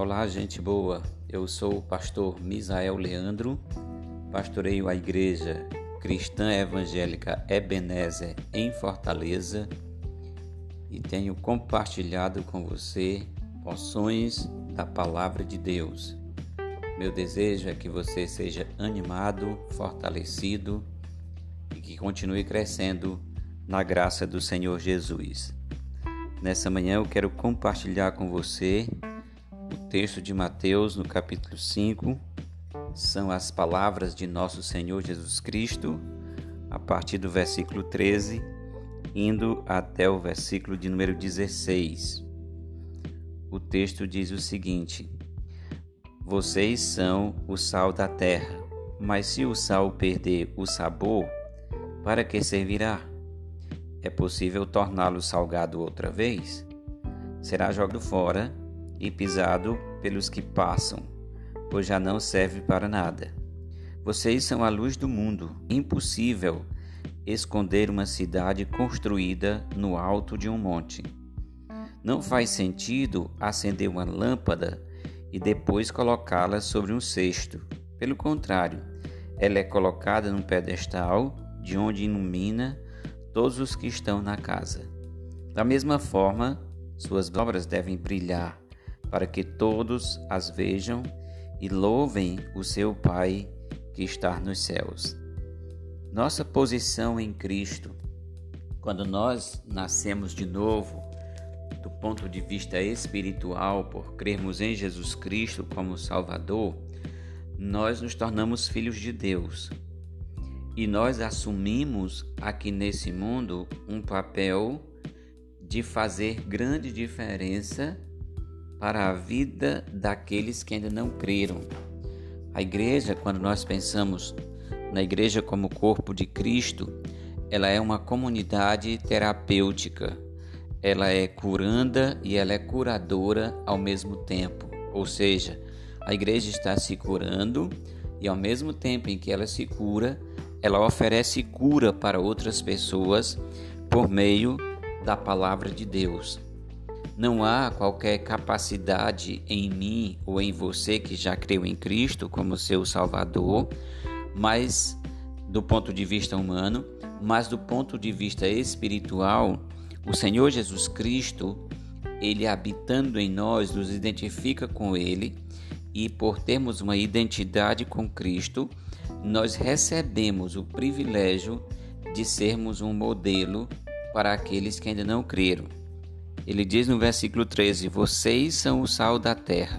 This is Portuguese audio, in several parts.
Olá, gente boa. Eu sou o pastor Misael Leandro, pastoreio a Igreja Cristã Evangélica Ebenezer em Fortaleza e tenho compartilhado com você porções da Palavra de Deus. Meu desejo é que você seja animado, fortalecido e que continue crescendo na graça do Senhor Jesus. Nessa manhã eu quero compartilhar com você o texto de Mateus, no capítulo 5, são as palavras de nosso Senhor Jesus Cristo, a partir do versículo 13, indo até o versículo de número 16. O texto diz o seguinte: Vocês são o sal da terra, mas se o sal perder o sabor, para que servirá? É possível torná-lo salgado outra vez? Será jogado fora e pisado pelos que passam, pois já não serve para nada. Vocês são a luz do mundo. Impossível esconder uma cidade construída no alto de um monte. Não faz sentido acender uma lâmpada e depois colocá-la sobre um cesto. Pelo contrário, ela é colocada num pedestal de onde ilumina todos os que estão na casa. Da mesma forma, suas obras devem brilhar, para que todos as vejam e louvem o seu Pai que está nos céus. Nossa posição em Cristo, quando nós nascemos de novo, do ponto de vista espiritual, por crermos em Jesus Cristo como Salvador, nós nos tornamos filhos de Deus. E nós assumimos aqui nesse mundo um papel de fazer grande diferença para a vida daqueles que ainda não creram. A igreja, quando nós pensamos na igreja como corpo de Cristo, ela é uma comunidade terapêutica. Ela é curanda e ela é curadora ao mesmo tempo. Ou seja, a igreja está se curando e ao mesmo tempo em que ela se cura, ela oferece cura para outras pessoas por meio da palavra de Deus. Não há qualquer capacidade em mim ou em você que já creu em Cristo como seu Salvador, mas do ponto de vista humano, mas do ponto de vista espiritual, o Senhor Jesus Cristo, Ele habitando em nós, nos identifica com Ele, e por termos uma identidade com Cristo, nós recebemos o privilégio de sermos um modelo para aqueles que ainda não creram. Ele diz no versículo 13, vocês são o sal da terra.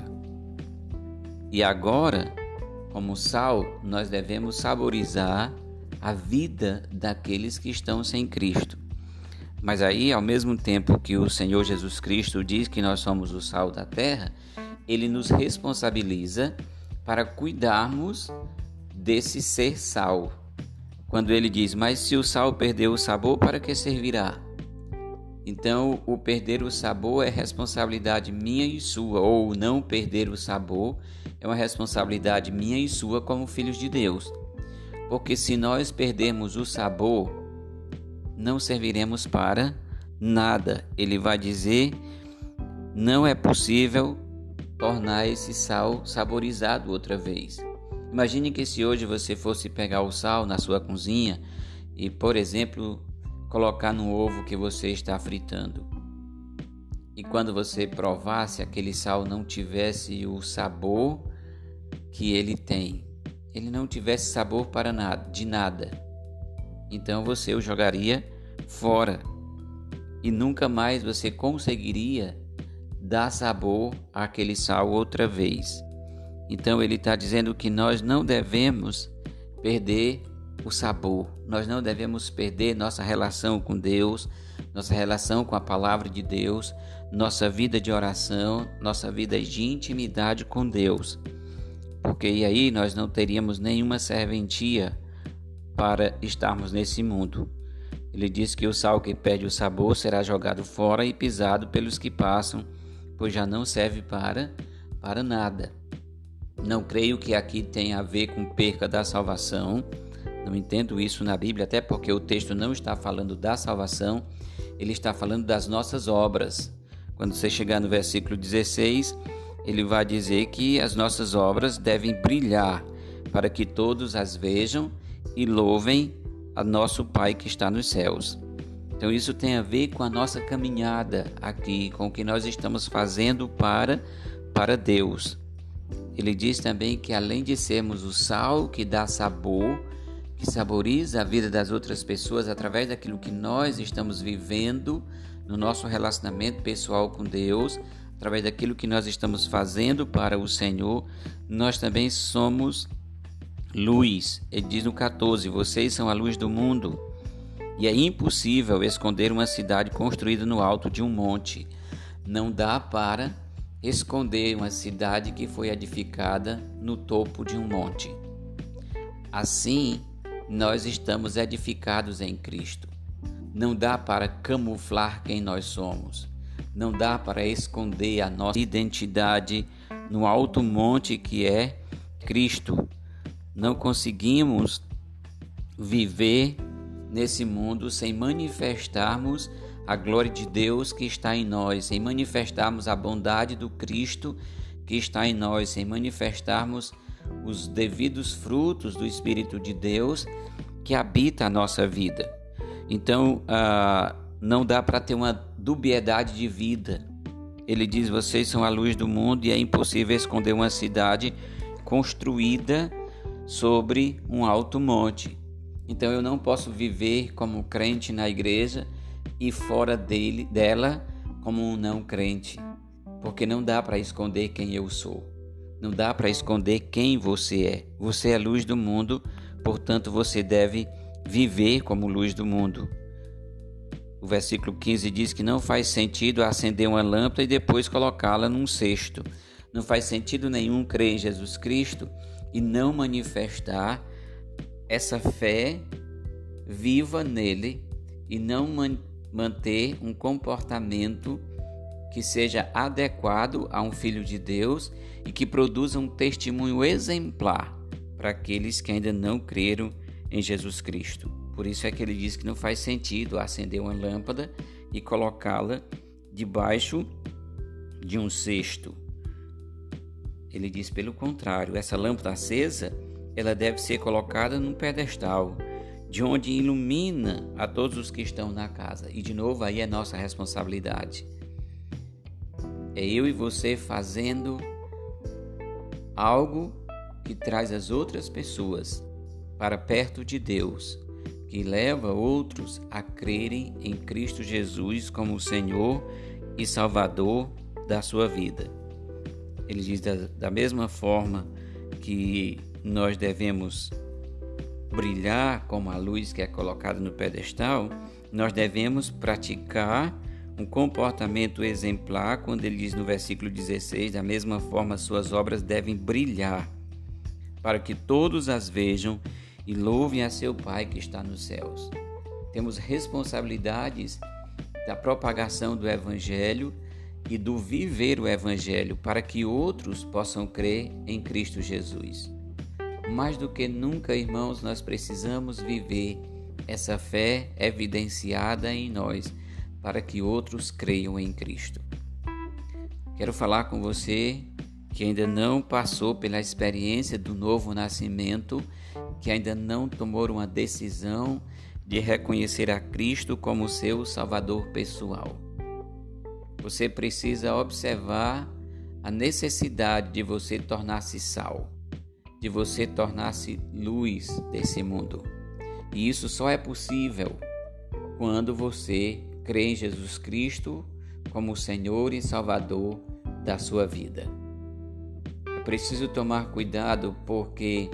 E agora, como sal, nós devemos saborizar a vida daqueles que estão sem Cristo. Mas aí, ao mesmo tempo que o Senhor Jesus Cristo diz que nós somos o sal da terra, Ele nos responsabiliza para cuidarmos desse ser sal. Quando Ele diz, mas se o sal perder o sabor, para que servirá? Então, o perder o sabor é responsabilidade minha e sua, ou não perder o sabor é uma responsabilidade minha e sua como filhos de Deus. Porque se nós perdermos o sabor, não serviremos para nada. Ele vai dizer, não é possível tornar esse sal saborizado outra vez. Imagine que se hoje você fosse pegar o sal na sua cozinha e, por exemplo, colocar no ovo que você está fritando. E quando você provasse, aquele sal não tivesse o sabor que ele tem. Ele não tivesse sabor para nada, de nada. Então você o jogaria fora. E nunca mais você conseguiria dar sabor àquele sal outra vez. Então ele está dizendo que nós não devemos perder o sabor. Nós não devemos perder nossa relação com Deus, nossa relação com a palavra de Deus, nossa vida de oração, nossa vida de intimidade com Deus. Porque aí nós não teríamos nenhuma serventia para estarmos nesse mundo. Ele diz que o sal que perde o sabor será jogado fora e pisado pelos que passam, pois já não serve para nada. Não creio que aqui tenha a ver com perca da salvação. Não entendo isso na Bíblia, até porque o texto não está falando da salvação, ele está falando das nossas obras. Quando você chegar no versículo 16, ele vai dizer que as nossas obras devem brilhar para que todos as vejam e louvem a nosso Pai que está nos céus. Então isso tem a ver com a nossa caminhada aqui, com o que nós estamos fazendo para Deus. Ele diz também que além de sermos o sal que dá sabor, que saboriza a vida das outras pessoas através daquilo que nós estamos vivendo no nosso relacionamento pessoal com Deus, através daquilo que nós estamos fazendo para o Senhor, nós também somos luz. Ele diz no 14, vocês são a luz do mundo. E é impossível esconder uma cidade construída no alto de um monte. Não dá para esconder uma cidade que foi edificada no topo de um monte. Assim, nós estamos edificados em Cristo. Não dá para camuflar quem nós somos. Não dá para esconder a nossa identidade no alto monte que é Cristo. Não conseguimos viver nesse mundo sem manifestarmos a glória de Deus que está em nós, sem manifestarmos a bondade do Cristo que está em nós, sem manifestarmos os devidos frutos do Espírito de Deus que habita a nossa vida. Então, não dá para ter uma dubiedade de vida. Ele diz, vocês são a luz do mundo e é impossível esconder uma cidade construída sobre um alto monte. Então eu não posso viver como crente na igreja e fora dela como um não crente, porque não dá para esconder quem eu sou, não dá para esconder quem você é. Você é a luz do mundo, portanto você deve viver como luz do mundo. O versículo 15 diz que não faz sentido acender uma lâmpada e depois colocá-la num cesto. Não faz sentido nenhum crer em Jesus Cristo e não manifestar essa fé viva nele e não manter um comportamento que seja adequado a um filho de Deus e que produza um testemunho exemplar para aqueles que ainda não creram em Jesus Cristo. Por isso é que ele diz que não faz sentido acender uma lâmpada e colocá-la debaixo de um cesto. Ele diz pelo contrário, essa lâmpada acesa, ela deve ser colocada num pedestal, de onde ilumina a todos os que estão na casa. E de novo aí é nossa responsabilidade. É eu e você fazendo algo que traz as outras pessoas para perto de Deus, que leva outros a crerem em Cristo Jesus como o Senhor e Salvador da sua vida. Ele diz da mesma forma que nós devemos brilhar como a luz que é colocada no pedestal, nós devemos praticar um comportamento exemplar, quando ele diz no versículo 16, da mesma forma suas obras devem brilhar, para que todos as vejam e louvem a seu Pai que está nos céus. Temos responsabilidades da propagação do Evangelho e do viver o Evangelho para que outros possam crer em Cristo Jesus. Mais do que nunca, irmãos, nós precisamos viver essa fé evidenciada em nós para que outros creiam em Cristo. Quero falar com você que ainda não passou pela experiência do novo nascimento, que ainda não tomou uma decisão de reconhecer a Cristo como seu Salvador pessoal. Você precisa observar a necessidade de você tornar-se sal, de você tornar-se luz desse mundo. E isso só é possível quando você crê em Jesus Cristo como o Senhor e Salvador da sua vida. É preciso tomar cuidado porque,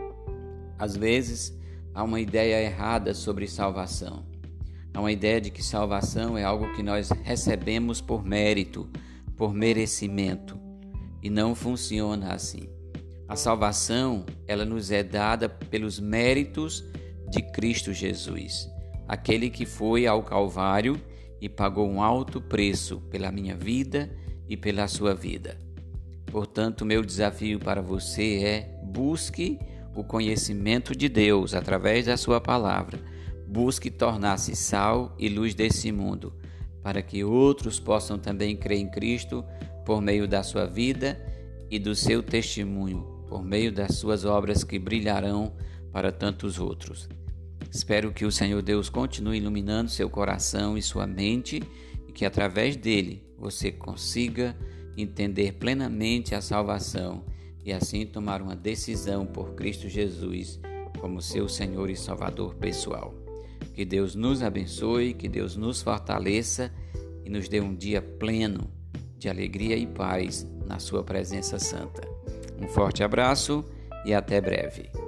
às vezes, há uma ideia errada sobre salvação. Há uma ideia de que salvação é algo que nós recebemos por mérito, por merecimento. E não funciona assim. A salvação, ela nos é dada pelos méritos de Cristo Jesus, aquele que foi ao Calvário e pagou um alto preço pela minha vida e pela sua vida. Portanto, meu desafio para você é: busque o conhecimento de Deus através da sua palavra. Busque tornar-se sal e luz desse mundo, para que outros possam também crer em Cristo por meio da sua vida e do seu testemunho, por meio das suas obras que brilharão para tantos outros. Espero que o Senhor Deus continue iluminando seu coração e sua mente e que através dele você consiga entender plenamente a salvação e assim tomar uma decisão por Cristo Jesus como seu Senhor e Salvador pessoal. Que Deus nos abençoe, que Deus nos fortaleça e nos dê um dia pleno de alegria e paz na sua presença santa. Um forte abraço e até breve.